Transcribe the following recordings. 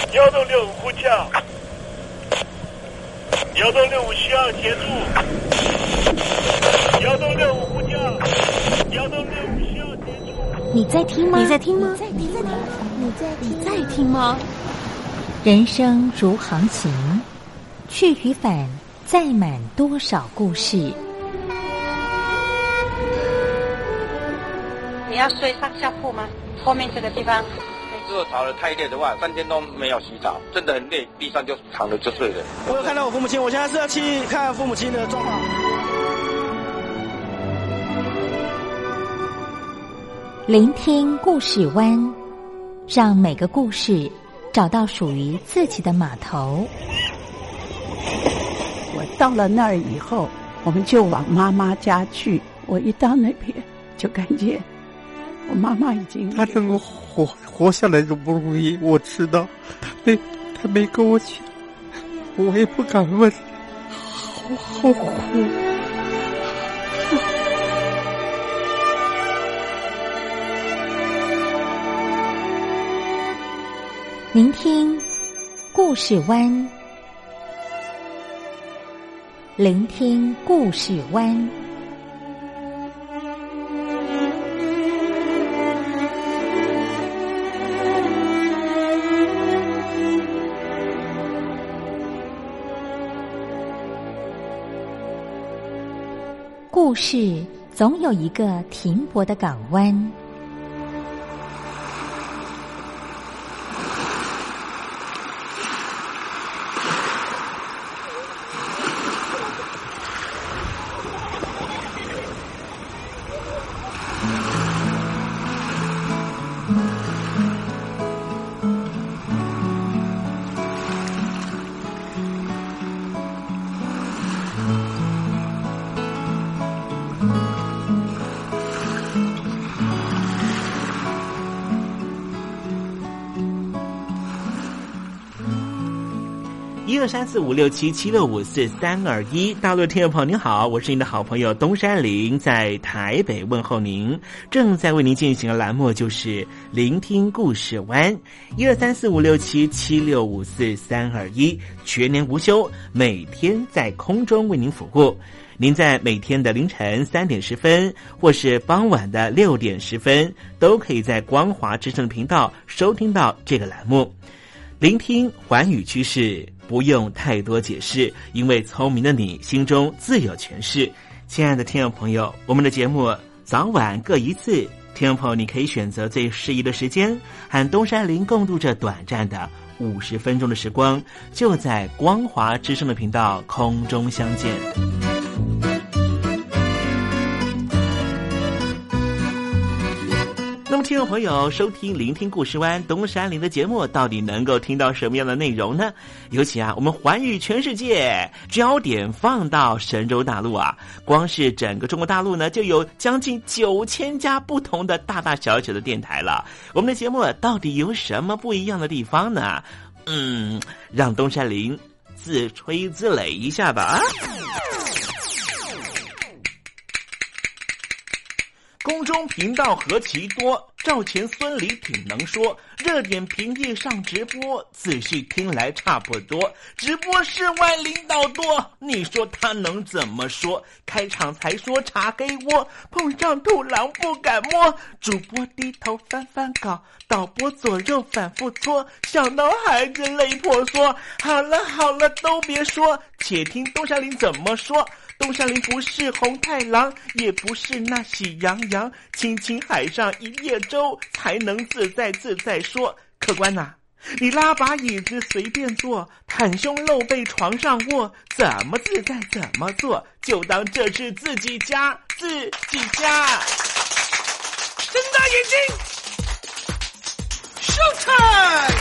幺洞六五呼叫，幺洞六五需要协助，幺洞六五呼叫，幺洞六五需要协助。 你在听吗？ 你在听吗？ 你在听吗？ 人生如航行，去与返，载满多少故事。 你要睡上下铺吗？后面这个地方。 如果吵得太累的话，3天都没有洗澡，真的很累，地上就躺着就睡了。 我有看到我父母亲，我现在是要去看父母亲的状况。 聆听故事湾，让每个故事找到属于自己的码头。 我到了那儿以后，我们就往妈妈家去。我一到那边，就感觉我妈妈已经她能够活下来都不容易，我知道。她没跟我讲，我也不敢问，好苦。 聆听故事湾，聆听故事湾。故事总有一个停泊的港湾。 123456776543221，大陆的听众朋友您好，我是您的好朋友东山林，在台北问候您。正在为您进行的栏目就是聆听故事湾，123456776543221，全年无休，每天在空中为您服务。您在每天的凌晨3点10分，或是傍晚的6点10分，都可以在光华之声频道收听到这个栏目。聆听寰宇趋势，不用太多解释，因为聪明的你心中自有诠释。亲爱的听众朋友，我们的节目早晚各一次，听众朋友你可以选择最适宜的时间，和东山林共度这短暂的50分钟的时光，就在光华之声的频道空中相见。那么听众朋友，收听聆听故事湾东山林的节目，到底能够听到什么样的内容呢？尤其我们寰宇全世界，焦点放到神州大陆光是整个中国大陆呢，就有将近9000家不同的大大小小的电台了。我们的节目到底有什么不一样的地方呢？让东山林自吹自擂一下吧。空中频道何其多，赵钱孙李挺能说，热点平地上直播，仔细听来差不多。直播室外领导多，你说他能怎么说？开场才说查黑窝，碰上土狼不敢摸。主播低头翻翻稿，导播左右反复搓，想到孩子泪婆娑。好了好了，都别说，且听东山林怎么说。东山林不是红太狼，也不是那喜羊羊，亲亲海上一叶舟，才能自在自在说。客官你拉把椅子随便坐，袒胸露背床上卧，怎么自在怎么做，就当这是自己家，自己家。睁大眼睛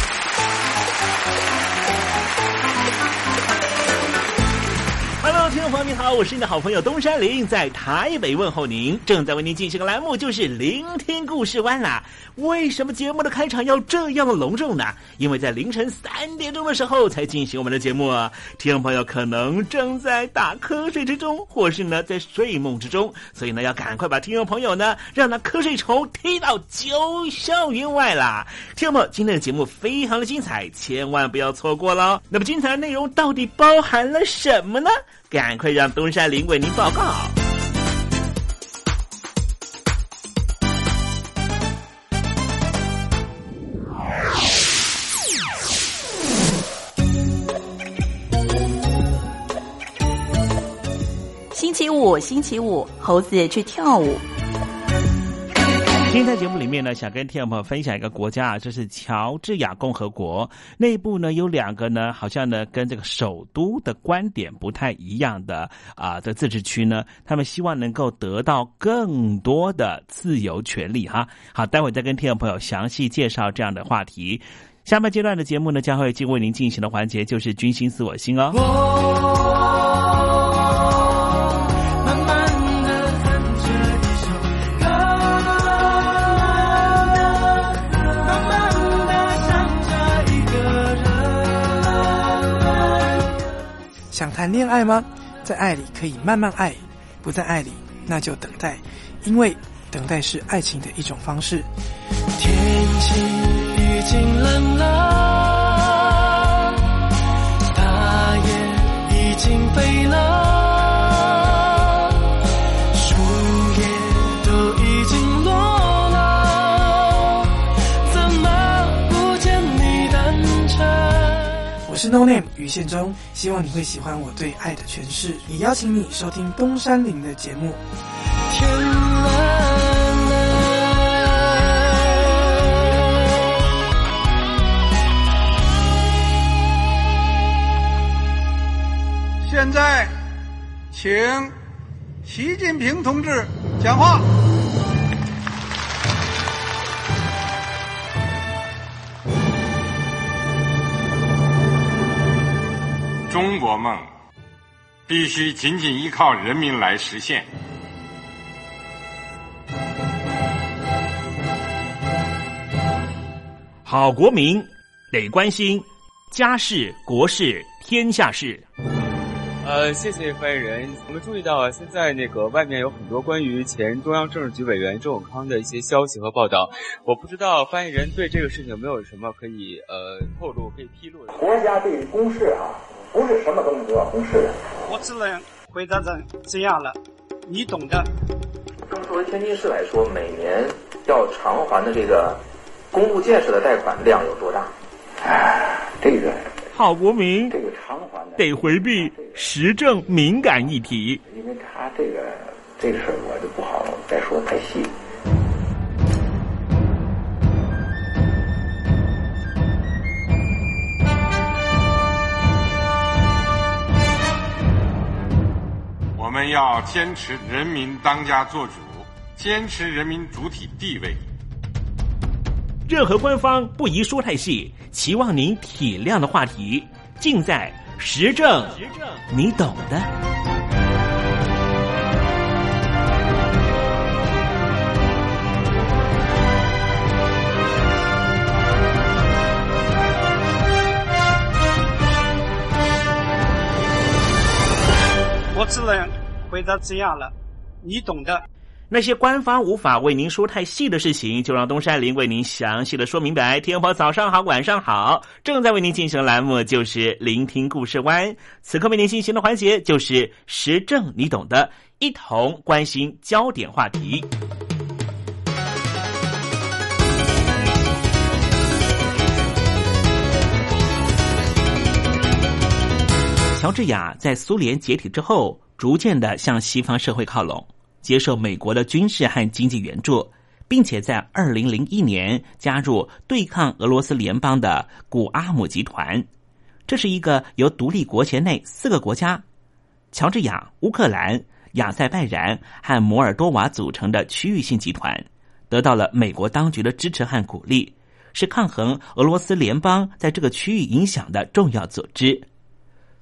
，Showtime！Hello， 听众朋朋友你好，我是你的好朋友东山林，在台北问候您。正在为您进行的栏目就是聆听故事湾啦。为什么节目的开场要这样的隆重呢？因为在凌晨3点钟的时候才进行我们的节目啊。听众朋友可能正在打瞌睡之中，或是呢在睡梦之中，所以呢要赶快把听众朋友呢让那瞌睡虫踢到九霄云外啦。听众朋友，今天的节目非常的精彩，千万不要错过了。那么精彩的内容到底包含了什么呢？赶快让东山林为您报告。 星期五，猴子去跳舞。 今天在节目里面呢，想跟听众朋友分享一个国家啊，这是乔治亚共和国。内部呢有2个呢，好像呢跟这个首都的观点不太一样的的自治区呢，他们希望能够得到更多的自由权利哈。好，待会再跟听众朋友详细介绍这样的话题。下半阶段的节目呢，将会为您进行的环节就是军心似我心哦。 想谈恋爱吗？在爱里可以慢慢爱，不在爱里那就等待，因为等待是爱情的一种方式。天气已经冷了，大雁已经飞了，树叶都已经落了，怎么不见你单车？我是 No Name 于宪忠，希望你会喜欢我对爱的诠释，也邀请你收听东山林的节目。天蓝了， 现在请习近平同志讲话。 中国梦必须紧紧依靠人民来实现。 好国民得关心家事、国事、天下事。 谢谢发言人。我们注意到现在外面有很多关于前中央政治局委员周永康的一些消息和报道，我不知道发言人对这个事情有没有什么可以透露、可以披露的。 国家对于公事不是什么东西都要公示的。 我只能回答这样了，你懂的。 作为天津市来说，每年要偿还的这个公路建设的贷款量有多大？这个好国民这个偿还的得回避时政敏感议题， 因为他这个事儿我就不好再说太细。 我们要坚持人民当家作主，坚持人民主体地位。 任何官方不宜说太细，期望您体谅的话题，尽在时政，你懂的。 我只能回答这样了，你懂的。 那些官方无法为您说太细的事情，就让东山林为您详细的说明白。天婆早上好，晚上好，正在为您进行的栏目就是聆听故事湾，此刻为您进行的环节就是时政你懂的，一同关心焦点话题。乔治亚在苏联解体之后，逐渐的向西方社会靠拢，接受美国的军事和经济援助，并且在2001年加入对抗俄罗斯联邦的古阿姆集团。这是一个由独立国协内4个国家乔治亚、乌克兰、亚塞拜然和摩尔多瓦组成的区域性集团，得到了美国当局的支持和鼓励，是抗衡俄罗斯联邦在这个区域影响的重要组织。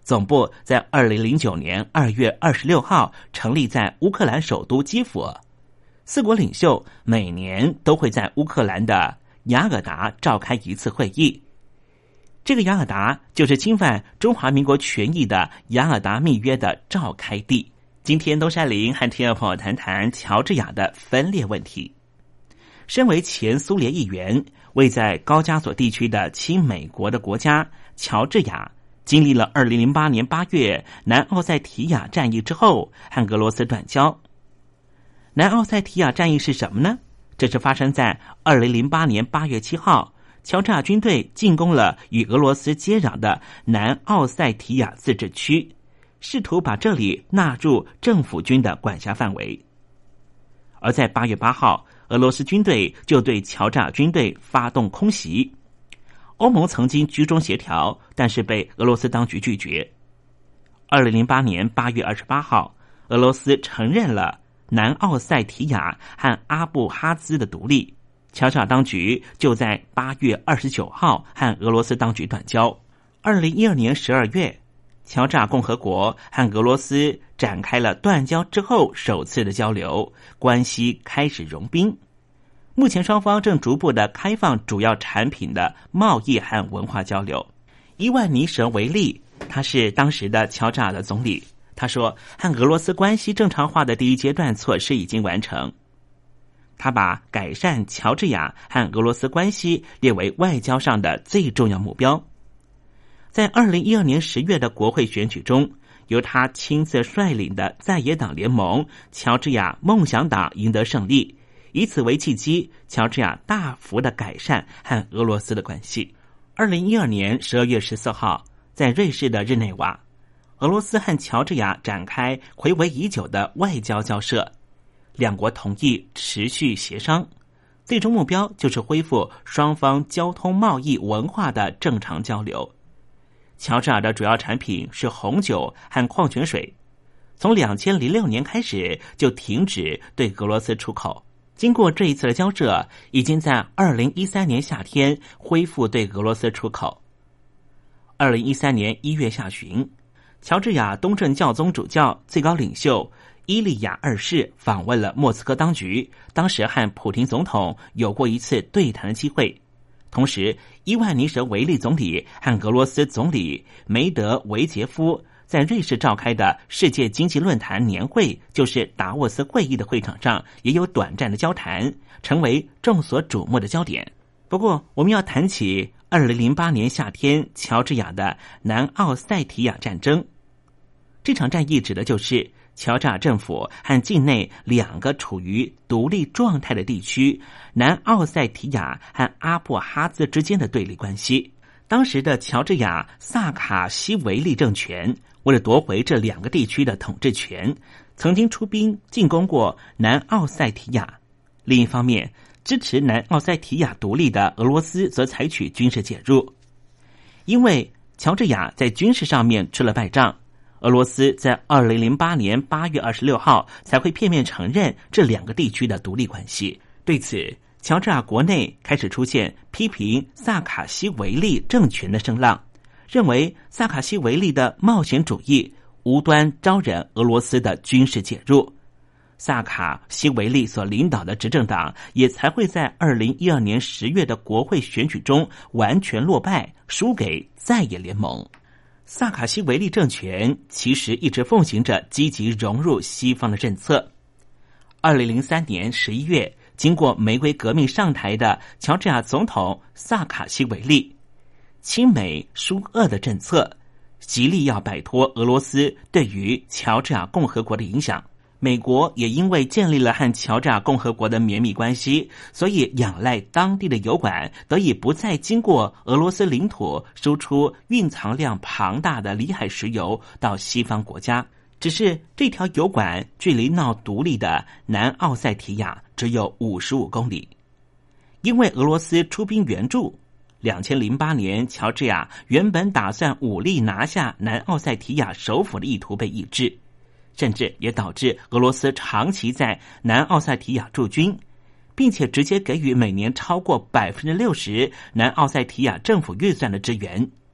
总部在2009年2月26号成立在乌克兰首都基辅。四国领袖每年都会在乌克兰的雅尔达召开一次会议。这个雅尔达就是侵犯中华民国权益的雅尔达密约的召开地。今天东山林和听众朋友谈谈乔治亚的分裂问题。身为前苏联议员，位在高加索地区的亲美国的国家乔治亚，经历了2008年8月南奥塞提亚战役之后，和俄罗斯断交。南奥塞提亚战役是什么呢？这是发生在2008年8月7号，乔治亚军队进攻了与俄罗斯接壤的南奥塞提亚自治区，试图把这里纳入政府军的管辖范围。而在8月8号，俄罗斯军队就对乔治亚军队发动空袭。欧盟曾经居中协调，但是被俄罗斯当局拒绝。2008年8月28号，俄罗斯承认了南奥塞提亚和阿布哈兹的独立，乔治亚当局就在8月29号和俄罗斯当局断交。2012年12月，乔治亚共和国和俄罗斯展开了断交之后首次的交流，关系开始融冰。目前双方正逐步的开放主要产品的贸易和文化交流。伊万尼什维利，他是当时的乔治亚的总理，他说和俄罗斯关系正常化的第一阶段措施已经完成。他把改善乔治亚和俄罗斯关系列为外交上的最重要目标。在2012年10月的国会选举中，由他亲自率领的在野党联盟乔治亚梦想党赢得胜利，以此为契机，乔治亚大幅的改善和俄罗斯的关系。2012年12月14号，在瑞士的日内瓦，俄罗斯和乔治亚展开暌违已久的外交交涉，两国同意持续协商，最终目标就是恢复双方交通、贸易、文化的正常交流。乔治亚的主要产品是红酒和矿泉水，从2006年开始就停止对俄罗斯出口。经过这一次的交涉，已经在2013年夏天恢复对俄罗斯出口。2013年1月下旬，乔治亚东正教宗主教最高领袖伊利亚二世访问了莫斯科当局，当时和普廷总统有过一次对谈的机会。同时，伊万尼什维利总理和俄罗斯总理梅德韦杰夫在瑞士召开的世界经济论坛年会，就是达沃斯会议的会场上，也有短暂的交谈，成为众所瞩目的焦点。不过，我们要谈起2008年夏天乔治亚的南奥塞提亚战争。这场战役指的就是乔治亚政府和境内两个处于独立状态的地区南奥塞提亚和阿布哈兹之间的对立关系。当时的乔治亚萨卡西维利政权为了夺回这两个地区的统治权，曾经出兵进攻过南奥塞提亚。另一方面，支持南奥塞提亚独立的俄罗斯则采取军事介入。因为乔治亚在军事上面吃了败仗，俄罗斯在2008年8月26号才会片面承认这两个地区的独立关系。对此，乔治亚国内开始出现批评萨卡西维利政权的声浪，认为萨卡西维利的冒险主义无端招惹俄罗斯的军事介入。萨卡西维利所领导的执政党也才会在2012年10月的国会选举中完全落败，输给在野联盟。萨卡西维利政权其实一直奉行着积极融入西方的政策。2003年11月，经过玫瑰革命上台的乔治亚总统萨卡西维利，亲美疏俄的政策，极力要摆脱俄罗斯对于乔治亚共和国的影响。美国也因为建立了和乔治亚共和国的绵密关系，所以仰赖当地的油管得以不再经过俄罗斯领土输出蕴藏量庞大的里海石油到西方国家。只是这条油管距离闹独立的南奥塞提亚只有55公里。因为俄罗斯出兵援助，2008年乔治亚原本打算武力拿下南奥塞提亚首府的意图被抑制，甚至也导致俄罗斯长期在南奥塞提亚驻军，并且直接给予每年超过60%南奥塞提亚政府预算的支援。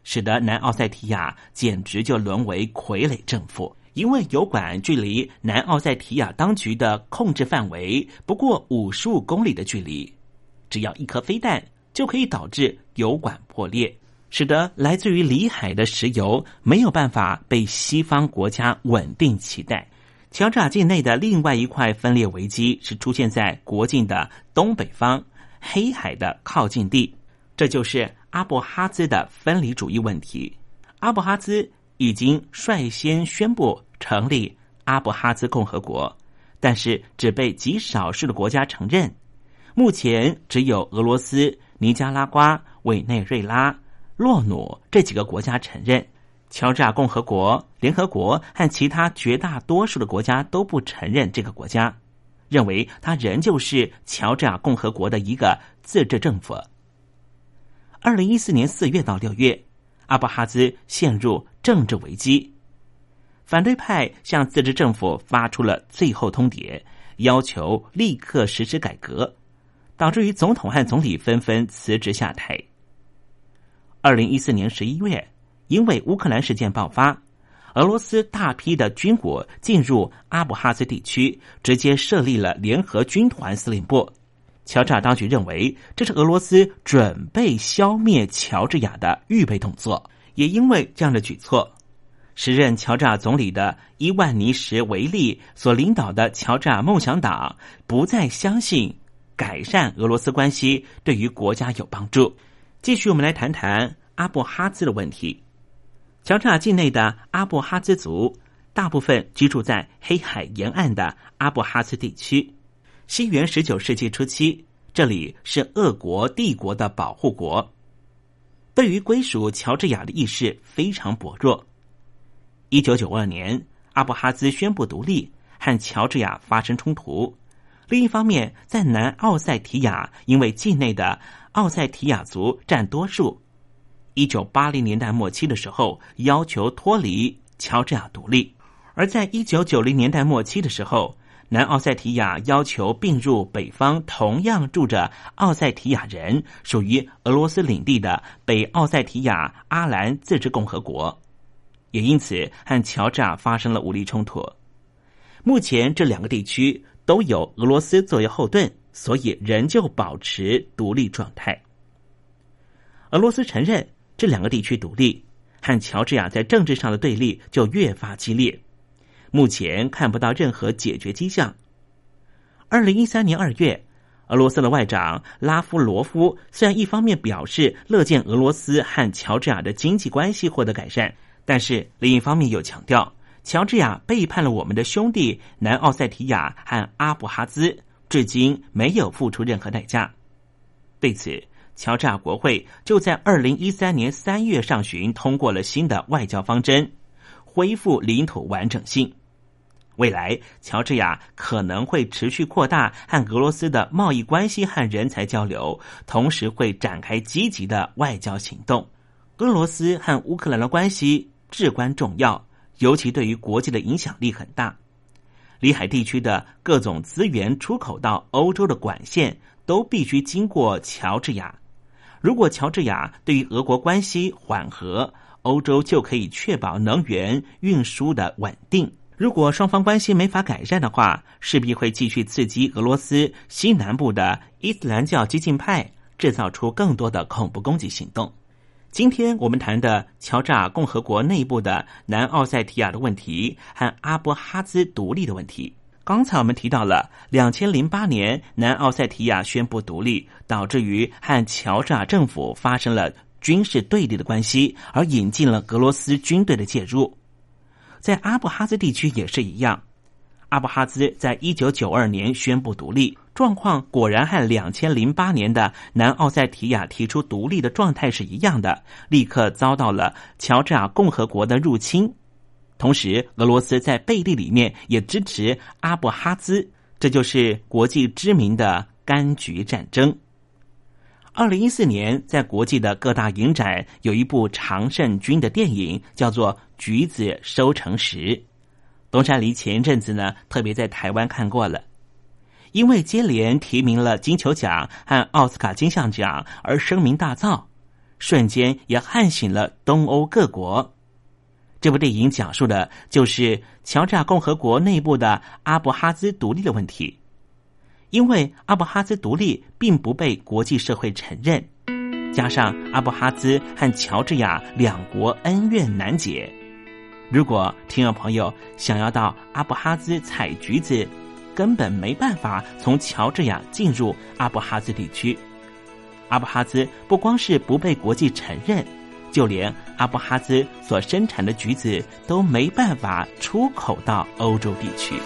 使得南奥塞提亚简直就沦为傀儡政府。因为油管距离南奥塞提亚当局的控制范围不过55公里的距离，只要一颗飞弹就可以导致油管破裂，使得来自于里海的石油没有办法被西方国家稳定期待。乔治亚境内的另外一块分裂危机是出现在国境的东北方黑海的靠近地，这就是阿布哈兹的分离主义问题。阿布哈兹已经率先宣布成立阿布哈兹共和国，但是只被极少数的国家承认。目前只有俄罗斯、尼加拉瓜、委内瑞拉、洛努这几个国家承认。乔治亚共和国、联合国和其他绝大多数的国家都不承认这个国家，认为它仍旧是乔治亚共和国的一个自治政府。2014年4月到6月，阿布哈兹陷入政治危机，反对派向自治政府发出了最后通牒，要求立刻实施改革，导致于总统和总理纷纷辞职下台。2014年11月，因为乌克兰事件爆发，俄罗斯大批的军火进入阿布哈兹地区，直接设立了联合军团司令部。乔治亚当局认为这是俄罗斯准备消灭乔治亚的预备动作，也因为这样的举措，时任乔治亚总理的伊万尼什维利所领导的乔治亚梦想党不再相信改善俄罗斯关系对于国家有帮助。继续我们来谈谈阿布哈兹的问题。乔治亚境内的阿布哈兹族大部分居住在黑海沿岸的阿布哈兹地区。西元19世纪初期，这里是俄国帝国的保护国，对于归属乔治亚的意识非常薄弱。1992年，阿布哈兹宣布独立，和乔治亚发生冲突。另一方面，在南奥塞提亚，因为境内的奥塞提亚族占多数，1980年代末期的时候要求脱离乔治亚独立，而在1990年代末期的时候，南奥塞提亚要求并入北方同样住着奥塞提亚人属于俄罗斯领地的北奥塞提亚阿兰自治共和国，也因此和乔治亚发生了武力冲突。目前这两个地区都有俄罗斯作为后盾，所以仍旧保持独立状态。俄罗斯承认这两个地区独立，和乔治亚在政治上的对立就越发激烈，目前看不到任何解决迹象。2013年2月，俄罗斯的外长拉夫罗夫虽然一方面表示乐见俄罗斯和乔治亚的经济关系获得改善，但是另一方面又强调乔治亚背叛了我们的兄弟南奥塞提亚和阿布哈兹，至今没有付出任何代价。对此，乔治亚国会就在2013年3月上旬通过了新的外交方针，恢复领土完整性。未来，乔治亚可能会持续扩大和俄罗斯的贸易关系和人才交流，同时会展开积极的外交行动。俄罗斯和乌克兰的关系至关重要，尤其对于国际的影响力很大。里海地区的各种资源出口到欧洲的管线都必须经过乔治亚。如果乔治亚对于俄国关系缓和，欧洲就可以确保能源运输的稳定。如果双方关系没法改善的话，势必会继续刺激俄罗斯西南部的伊斯兰教激进派，制造出更多的恐怖攻击行动。今天我们谈的乔治亚共和国内部的南奥塞提亚的问题和阿布哈兹独立的问题。刚才我们提到了2008年南奥塞提亚宣布独立，导致于和乔治亚政府发生了军事对立的关系，而引进了俄罗斯军队的介入。在阿布哈兹地区也是一样，阿布哈兹在1992年宣布独立，状况果然和2008年的南奥塞提亚提出独立的状态是一样的，立刻遭到了乔治亚共和国的入侵。同时，俄罗斯在背地里面也支持阿布哈兹，这就是国际知名的柑橘战争。2014年，在国际的各大影展有一部常胜军的电影，叫做《橘子收成时》。东山梨前一阵子呢，特别在台湾看过了。因为接连提名了金球奖和奥斯卡金像奖而声名大噪， 瞬间也撼醒了东欧各国。这部电影讲述的就是乔治亚共和国内部的阿布哈兹独立的问题。因为阿布哈兹独立并不被国际社会承认，加上阿布哈兹和乔治亚两国恩怨难解，如果听众朋友想要到阿布哈兹采橘子，根本没办法从乔治亚进入阿布哈兹地区。阿布哈兹不光是不被国际承认，就连阿布哈兹所生产的橘子都没办法出口到欧洲地区。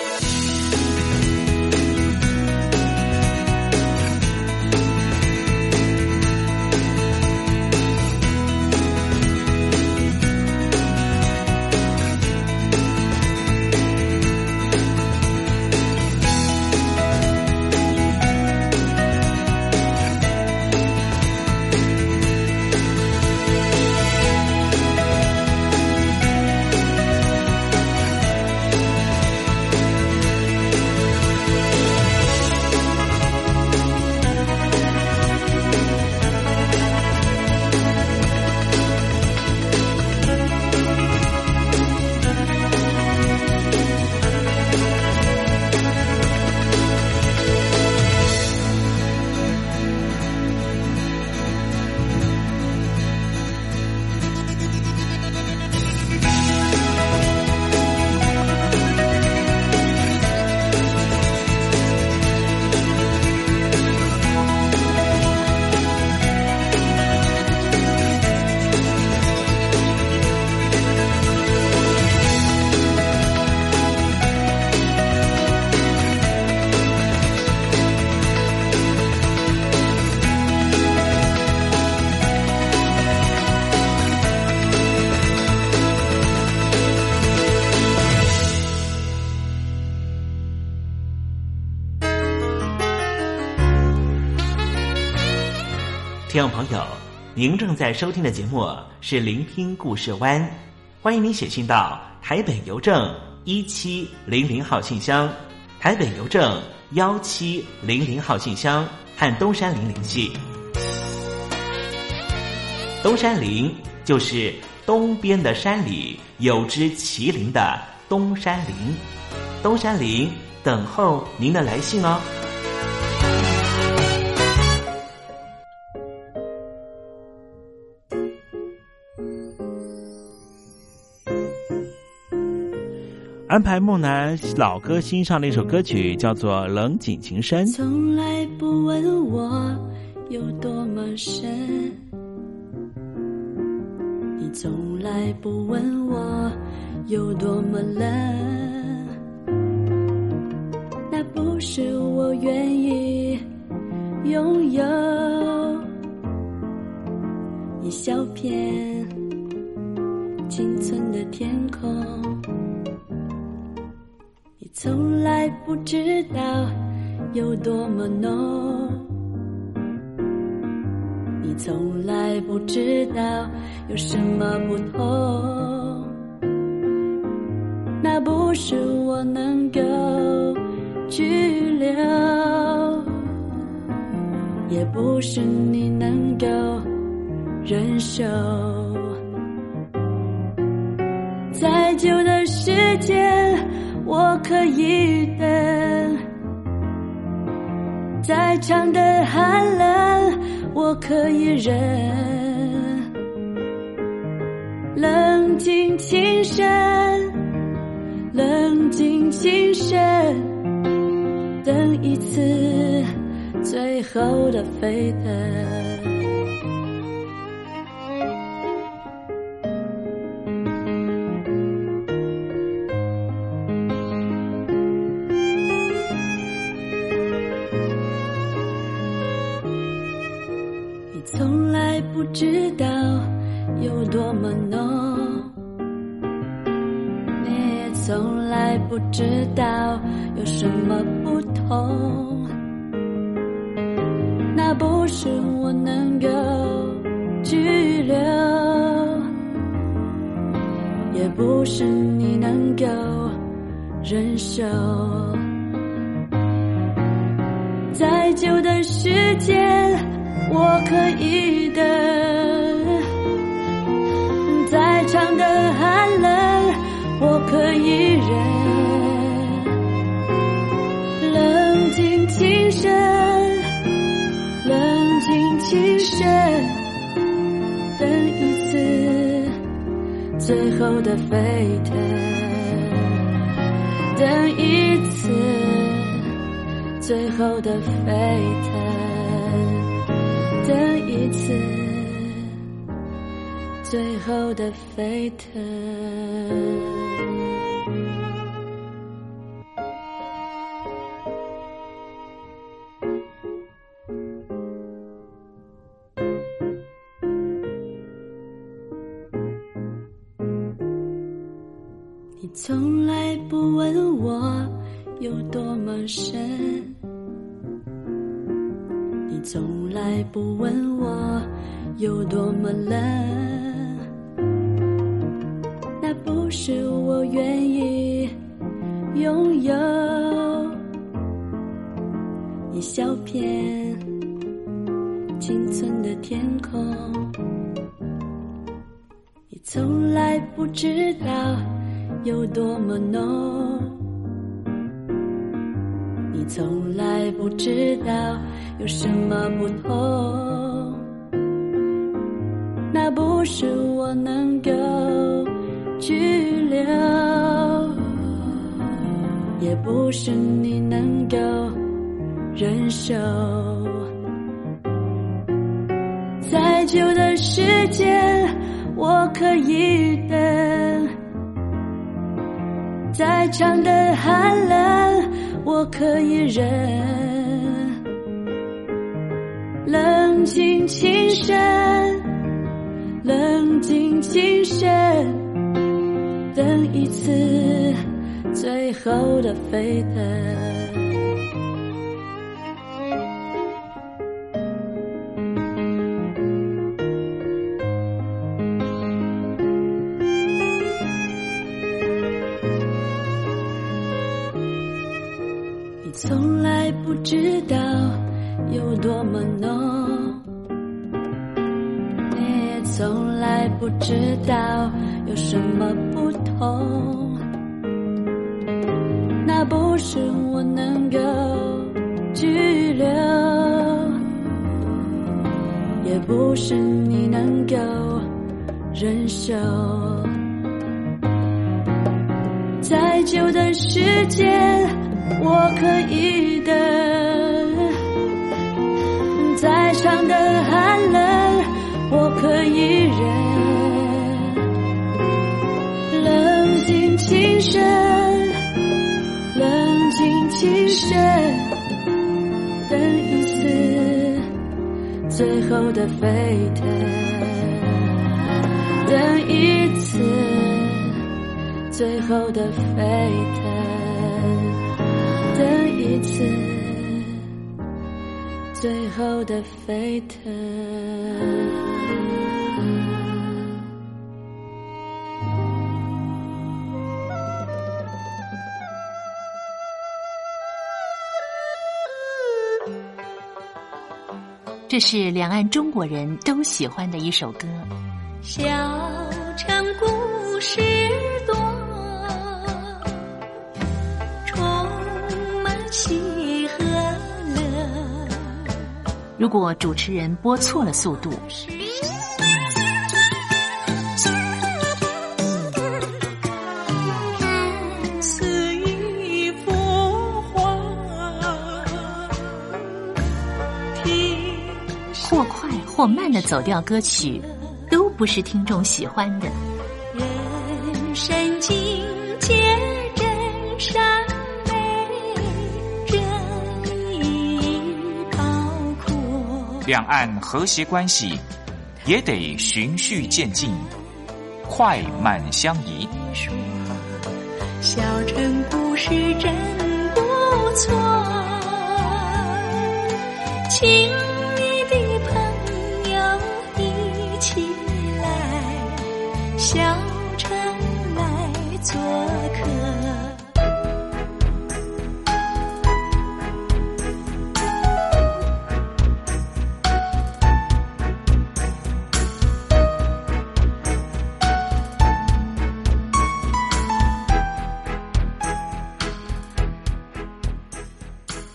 听众朋友，您正在收听的节目是聆听故事湾，欢迎您写信到台北邮政1700号信箱，台北邮政1700号信箱，和东山林联系。东山林就是东边的山里有只麒麟的东山林，东山林等候您的来信哦。安排梦楠老歌新上的一首歌曲叫做《冷井情深》。 从来不问我有多么深，你从来不问我有多么冷，那不是我愿意拥有一小片仅存的天空。从来不知道有多么浓，你从来不知道有什么不同，那不是我能够拘留，也不是你能够忍受。再久的时间我可以等，再长的寒冷我可以忍，冷静情深，冷静情深，等一次最后的沸腾。从来不知道有多么浓，你也从来不知道有什么不同，那不是我能够拘留，也不是你能够忍受。再久的时间我可以等，再长的寒冷我可以忍，冷静轻声，冷静轻声，等一次最后的沸腾，等一次最后的沸腾，等一次最后的沸腾。你从来不问我有多么深，你从来不问我有多么冷，那不是我愿意拥有一小片仅存的天空。你从来不知道有多么浓，你从来不知道有什么不同，那不是我能够拘留，也不是你能够忍受。再久的时间我可以等，再长的寒冷我可以忍，冷静轻声，冷静轻声，等一次最后的沸腾。从来不知道有多么浓，你也从来不知道有什么不同，那不是我能够拘留，也不是你能够忍受。再久的时间我可以等，再长的寒冷我可以忍，冷静轻声，冷静轻声，等一次最后的沸腾，等一次最后的沸腾，等一次最后的沸腾。 这是两岸中国人都喜欢的一首歌。 小城故事多，喜和乐。 如果主持人播错了速度， 似一幅画， 或快或慢的走调歌曲，都不是听众喜欢的。 人生境界真善两岸和谐关系也得循序渐进，快慢相宜。 小城故事真不错，亲密的朋友一起来小城来做客。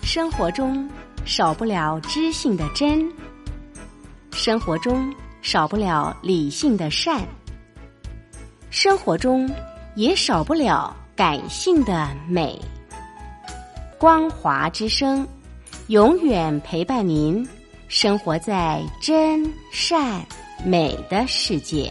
生活中少不了知性的真，生活中少不了理性的善，生活中也少不了感性的美。光华之声永远陪伴您生活在真善美的世界。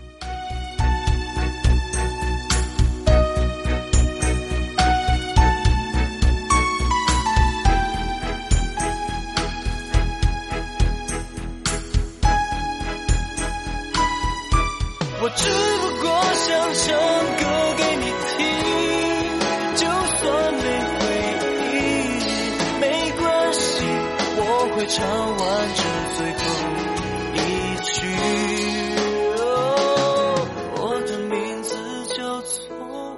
我只不过想唱歌给你听，就算没回应没关系，我会唱完这最后一句。我的名字叫做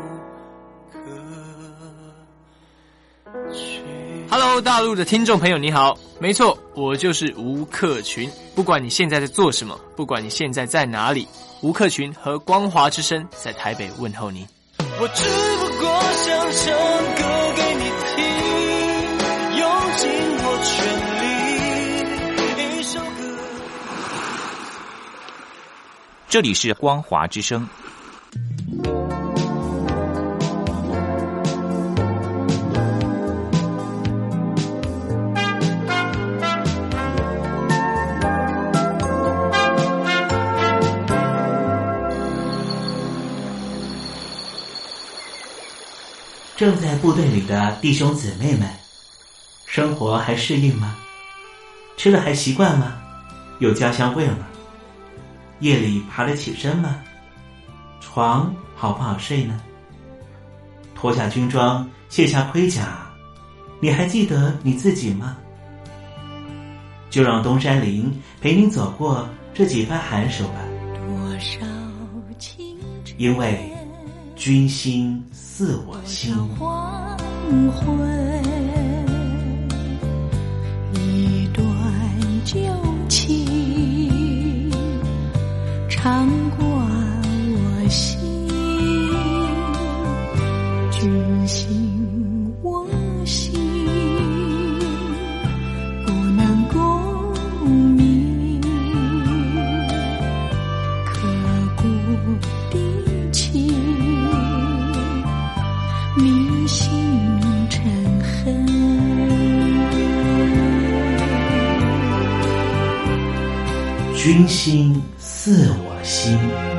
吴克群。 Hello， 大陆的听众朋友你好，没错，我就是吴克群。不管你现在在做什么，不管你现在在哪里，吴克群和光华之声在台北问候您。 我只不过想唱歌给你听，用尽我全力，一首歌。 这里是光华之声。 正在部队里的弟兄姊妹们，生活还适应吗？吃了还习惯吗？有家乡味吗？夜里爬得起身吗？床好不好睡呢？脱下军装，卸下盔甲，你还记得你自己吗？就让东山林陪您走过这几番寒暑吧。 多少情因为君心似我心。 黄昏，一段旧情常挂我心，君心我心，不能共鸣，刻骨的情。铭心成恨， 君心似我心。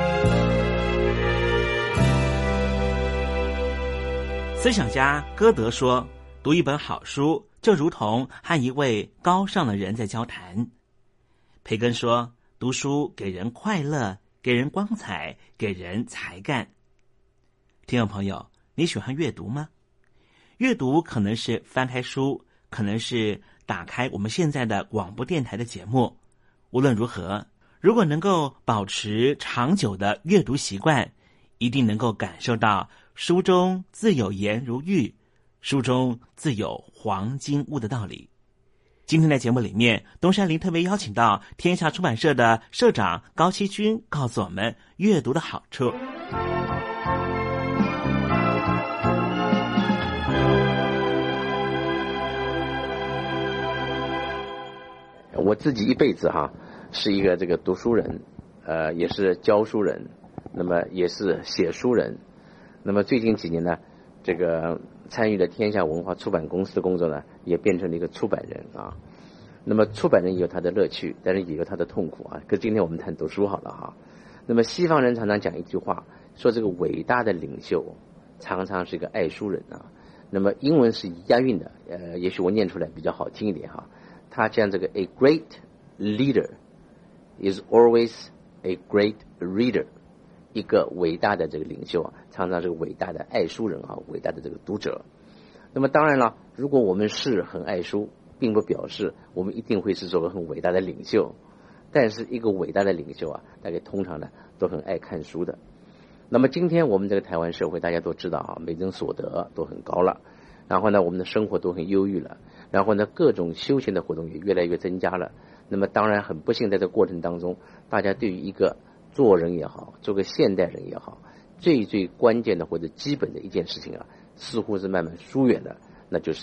思想家歌德说，读一本好书就如同和一位高尚的人在交谈。培根说，读书给人快乐，给人光彩，给人才干。听众朋友，你喜欢阅读吗？阅读可能是翻开书，可能是打开我们现在的广播电台的节目。无论如何，如果能够保持长久的阅读习惯，一定能够感受到书中自有颜如玉，书中自有黄金屋的道理。今天的节目里面，东山林特别邀请到天下出版社的社长高希均，告诉我们阅读的好处。 我自己一辈子是一个这个读书人，也是教书人，那么也是写书人。那么最近几年呢，这个参与了天下文化出版公司的工作呢，也变成了一个出版人啊。那么出版人也有他的乐趣，但是也有他的痛苦啊。可今天我们谈读书好了哈。那么西方人常常讲一句话，说这个伟大的领袖常常是一个爱书人啊。那么英文是押韵的，也许我念出来比较好听一点哈。他讲这个 A great leader is always a great reader， 一个伟大的这个领袖啊，常常是个伟大的爱书人啊，伟大的这个读者。那么当然了，如果我们是很爱书，并不表示我们一定会是做个很伟大的领袖。但是一个伟大的领袖啊，大概通常呢都很爱看书的。那么今天我们这个台湾社会大家都知道啊，每人所得都很高了，然后呢我们的生活都很优裕了，然后呢各种休闲的活动也越来越增加了。那么当然很不幸，在这个过程当中，大家对于一个做人也好，做个现代人也好，最关键的或者基本的一件事情啊，似乎是慢慢疏远了，那就是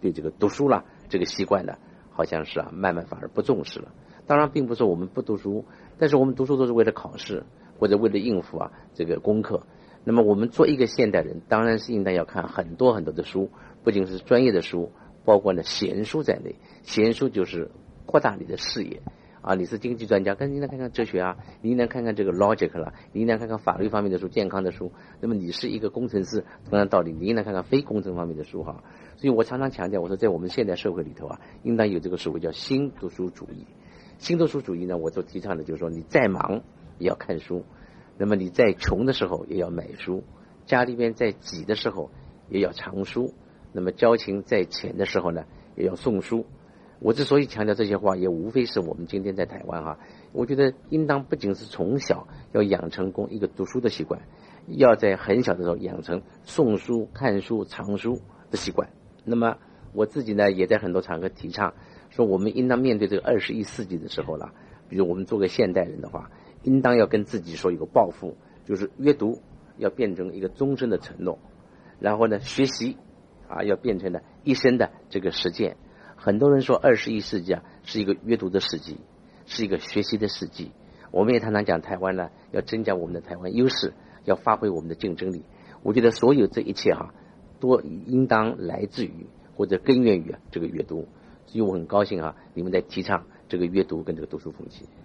对这个读书啦这个习惯呢，好像是慢慢反而不重视了。当然并不是说我们不读书，但是我们读书都是为了考试或者为了应付这个功课。那么我们做一个现代人，当然是应当要看很多很多的书，不仅是专业的书，包括呢闲书在内。闲书就是扩大你的视野你是经济专家，你应该看看哲学你应该看看这个 logic 啦，你应该看看法律方面的书，健康的书。那么你是一个工程师，同样道理，你应该看看非工程方面的书所以我常常强调，我说在我们现代社会里头应当有这个所谓叫新读书主义。新读书主义呢，我所提倡的就是说，你再忙也要看书，那么你在穷的时候也要买书，家里边在挤的时候也要藏书，那么交情在浅的时候呢也要送书。我之所以强调这些话，也无非是我们今天在台湾我觉得应当不仅是从小要养成一个读书的习惯，要在很小的时候养成送书、看书、藏书的习惯。那么我自己呢，也在很多场合提倡说，我们应当面对这个21世纪的时候了，比如我们做个现代人的话，应当要跟自己说有个抱负，就是阅读要变成一个终身的承诺，然后呢，学习要变成了一生的这个实践。很多人说21世纪是一个阅读的世纪，是一个学习的世纪。我们也常常讲台湾呢，要增加我们的台湾优势，要发挥我们的竞争力。我觉得所有这一切都应当来自于或者根源于这个阅读。所以我很高兴你们在提倡这个阅读跟这个读书风气。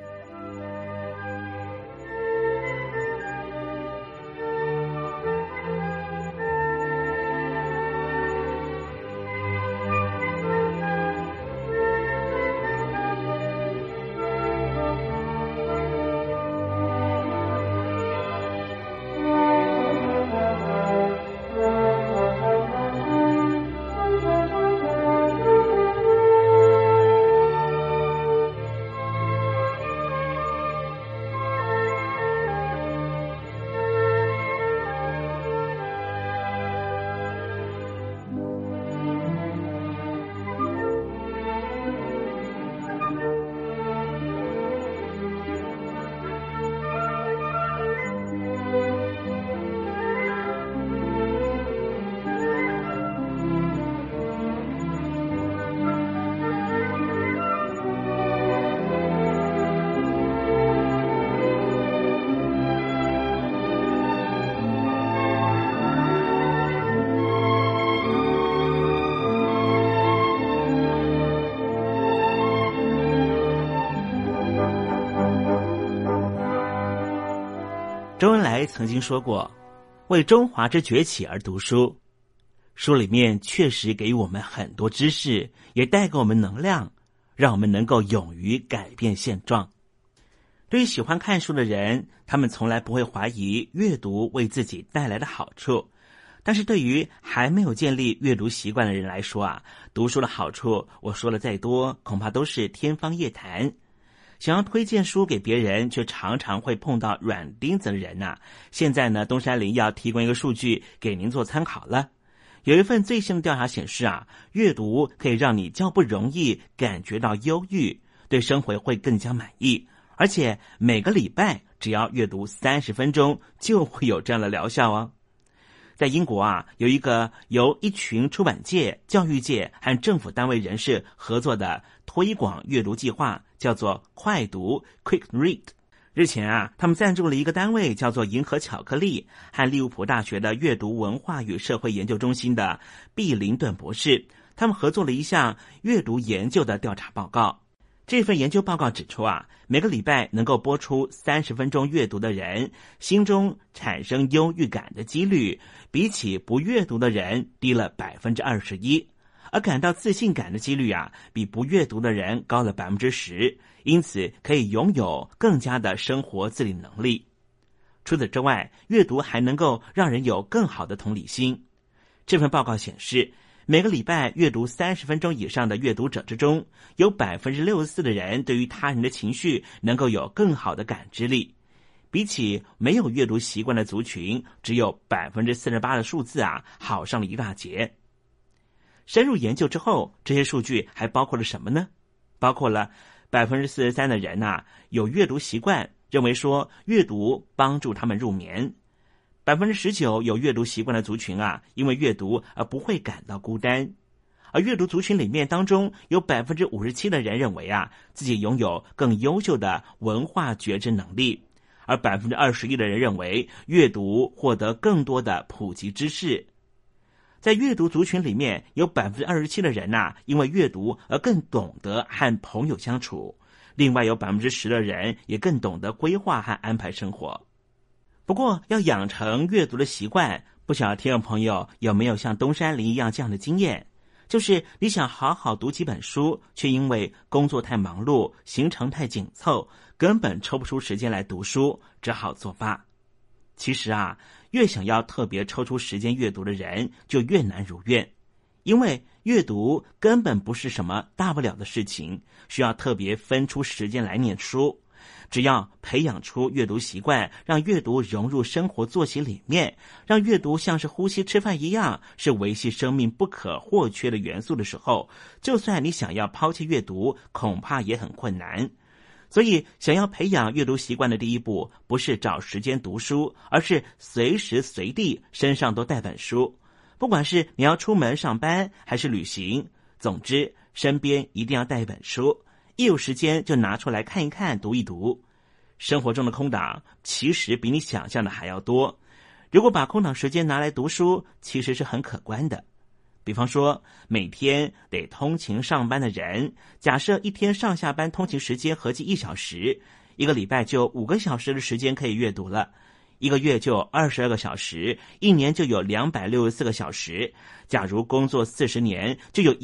周恩来曾经说过，为中华之崛起而读书。书里面确实给予我们很多知识，也带给我们能量，让我们能够勇于改变现状。对于喜欢看书的人，他们从来不会怀疑阅读为自己带来的好处。但是对于还没有建立阅读习惯的人来说读书的好处，我说了再多，恐怕都是天方夜谭。想要推荐书给别人，却常常会碰到软钉子的人现在呢，东山林要提供一个数据给您做参考了。有一份最新的调查显示阅读可以让你较不容易感觉到忧郁，对生活会更加满意，而且每个礼拜只要阅读30分钟就会有这样的疗效在英国有一个由一群出版界、教育界和政府单位人士合作的推广阅读计划，叫做快读 Quick Read。 日前他们赞助了一个单位叫做银河巧克力和利物浦大学的阅读文化与社会研究中心的毕林顿博士，他们合作了一项阅读研究的调查报告。这份研究报告指出每个礼拜能够播出30分钟阅读的人，心中产生忧郁感的几率比起不阅读的人低了 21%， 而感到自信感的几率比不阅读的人高了 10%， 因此可以拥有更加的生活自理能力。除此之外，阅读还能够让人有更好的同理心。这份报告显示，每个礼拜阅读30分钟以上的阅读者之中，有 64% 的人对于他人的情绪能够有更好的感知力，比起没有阅读习惯的族群，只有 48% 的数字好上了一大截。深入研究之后，这些数据还包括了什么呢？包括了 43% 的人有阅读习惯，认为说阅读帮助他们入眠。19% 有阅读习惯的族群因为阅读而不会感到孤单。 而阅读族群里面当中有57%的人认为自己拥有更优秀的文化觉知能力，而21%的人认为阅读获得更多的普及知识。在阅读族群里面有27%的人因为阅读而更懂得和朋友相处，另外有10%的人也更懂得规划和安排生活。不过要养成阅读的习惯，不晓得听众朋友有没有像东山林一样这样的经验，就是你想好好读几本书，却因为工作太忙碌，行程太紧凑，根本抽不出时间来读书，只好作罢。其实越想要特别抽出时间阅读的人，就越难如愿，因为阅读根本不是什么大不了的事情，需要特别分出时间来念书。只要培养出阅读习惯，让阅读融入生活作息里面，让阅读像是呼吸吃饭一样，是维系生命不可或缺的元素的时候，就算你想要抛弃阅读，恐怕也很困难。所以想要培养阅读习惯的第一步，不是找时间读书，而是随时随地身上都带本书。不管是你要出门上班还是旅行，总之身边一定要带一本书，一有时间就拿出来看一看，读一读。生活中的空档其实比你想象的还要多，如果把空档时间拿来读书，其实是很可观的。比方说每天得通勤上班的人，假设一天上下班通勤时间合计1小时，一个礼拜就5个小时的时间可以阅读了，一个月就22个小时，一年就有264个小时。假如工作40年，就有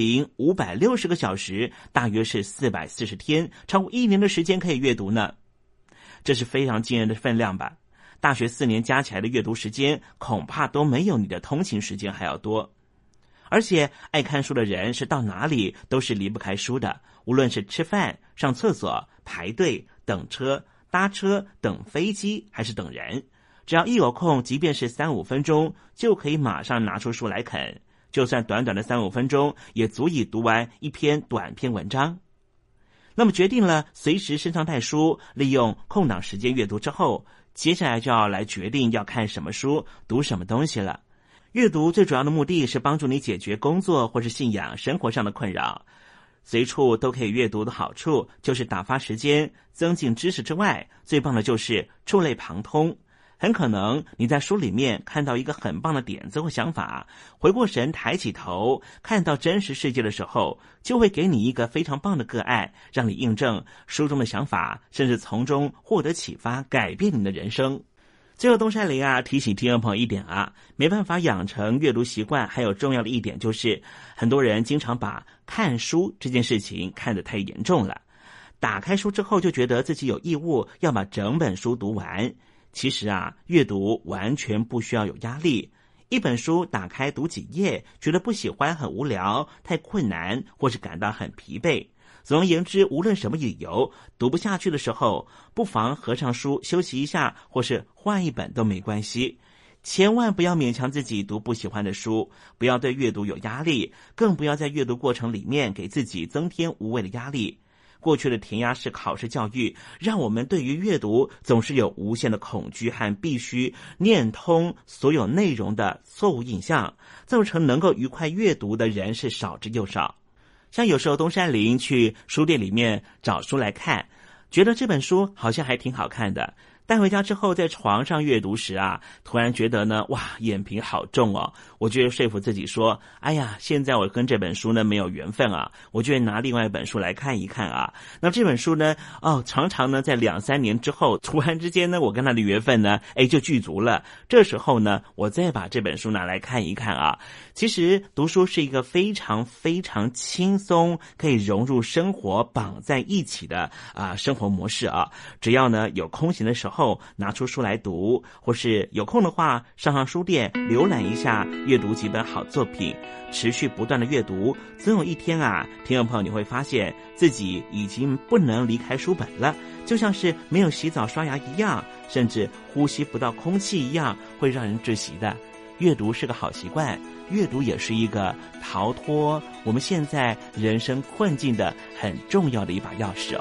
10560个小时，大约是440天，超过1年的时间可以阅读呢。这是非常惊人的分量吧？大学4年加起来的阅读时间，恐怕都没有你的通勤时间还要多。而且爱看书的人是到哪里都是离不开书的，无论是吃饭、上厕所、排队、等车、搭车、等飞机还是等人，只要一有空，即便是3-5分钟，就可以马上拿出书来啃，就算短短的3-5分钟，也足以读完一篇短篇文章。那么决定了随时身上带书，利用空档时间阅读之后，接下来就要来决定要看什么书，读什么东西了。阅读最主要的目的是帮助你解决工作或是信仰生活上的困扰，随处都可以阅读的好处就是打发时间、增进知识之外，最棒的就是触类旁通。很可能你在书里面看到一个很棒的点子或想法，回过神抬起头看到真实世界的时候，就会给你一个非常棒的个案，让你印证书中的想法，甚至从中获得启发，改变你的人生。最后东山林提醒听众朋友一点没办法养成阅读习惯，还有重要的一点就是很多人经常把看书这件事情看得太严重了，打开书之后就觉得自己有义务要把整本书读完。其实阅读完全不需要有压力，一本书打开读几页，觉得不喜欢、很无聊、太困难，或是感到很疲惫，总而言之，无论什么理由读不下去的时候，不妨合上书休息一下，或是换一本都没关系。千万不要勉强自己读不喜欢的书，不要对阅读有压力，更不要在阅读过程里面给自己增添无谓的压力。过去的填鸭式考试教育，让我们对于阅读总是有无限的恐惧和必须念通所有内容的错误印象，造成能够愉快阅读的人是少之又少。像有时候东山林去书店里面找书来看，觉得这本书好像还挺好看的，带回家之后在床上阅读时突然觉得呢，哇，眼皮好重哦。我就说服自己说，哎呀，现在我跟这本书呢没有缘分我就拿另外一本书来看一看那这本书呢，常常呢在2-3年之后，突然之间呢，我跟他的缘分呢，就具足了。这时候呢，我再把这本书拿来看一看其实读书是一个非常非常轻松，可以融入生活、绑在一起的生活模式只要呢有空闲的时候拿出书来读，或是有空的话上书店浏览一下，阅读几本好作品，持续不断的阅读，总有一天听众朋友你会发现自己已经不能离开书本了，就像是没有洗澡刷牙一样，甚至呼吸不到空气一样，会让人窒息的。阅读是个好习惯，阅读也是一个逃脱我们现在人生困境的很重要的一把钥匙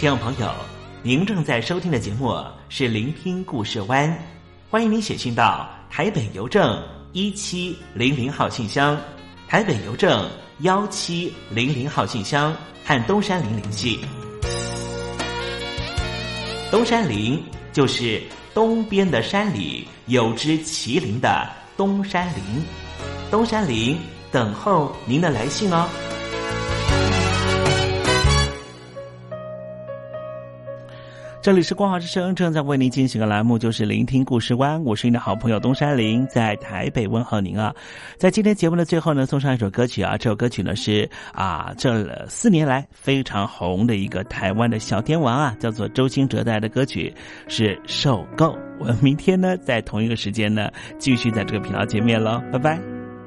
听众朋友，您正在收听的节目是聆听故事湾，欢迎您写信到台北邮政1700号信箱，台北邮政1700号信箱，和东山林联系。东山林就是东边的山里有只麒麟的东山林，东山林等候您的来信哦。这里是光华之声，正在为您进行的栏目就是聆听故事湾，我是您的好朋友东山林，在台北问候您啊。在今天节目的最后呢，送上一首歌曲啊，这首歌曲呢是这4年来非常红的一个台湾的小天王啊，叫做周兴哲带来的歌曲是《受够》。我们明天呢在同一个时间呢继续在这个频道见面咯，拜拜。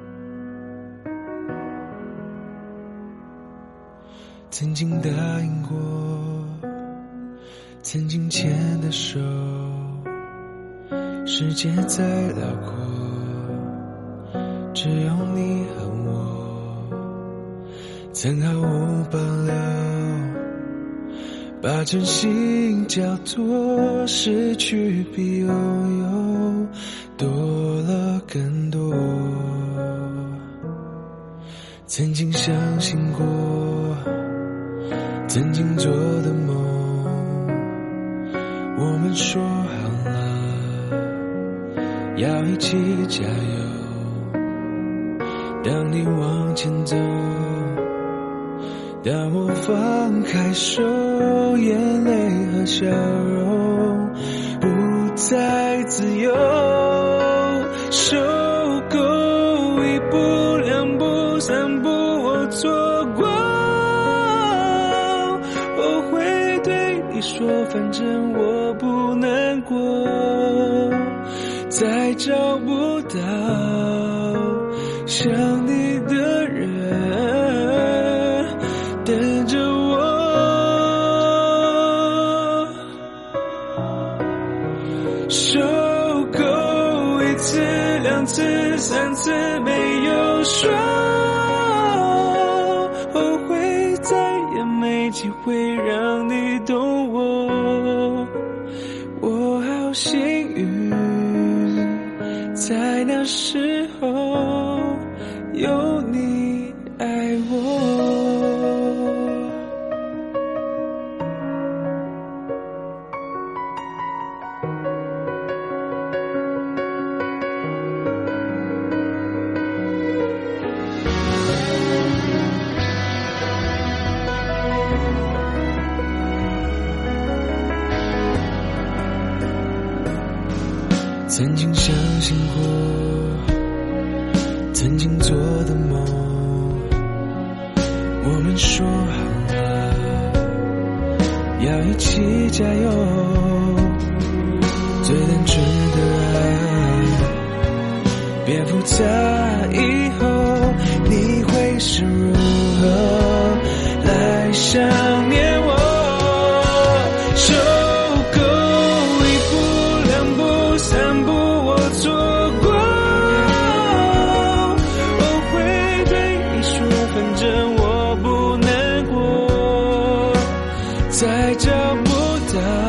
曾经答应过，曾经牵的手，世界再辽阔，只有你和我。曾毫无保留，把真心交托，失去比拥有多了更多。曾经相信过，曾经做的梦，我们说好了要一起加油。当你往前走，当我放开手，眼泪和笑容不再自由。受够一步两步3步我错过，后悔对你说反正我不难过，再找不到想你的人等着我。受够1次2次3次没有说，后悔再也没机会让你懂我。我好幸运，在那时候有你爱我。曾经相信过，曾经做的梦，我们说好了要一起加油。最单纯的爱变复杂以后，你会是如何来想念我。受够1步2步3步我错过，后悔对你说反正我不难过，再找不到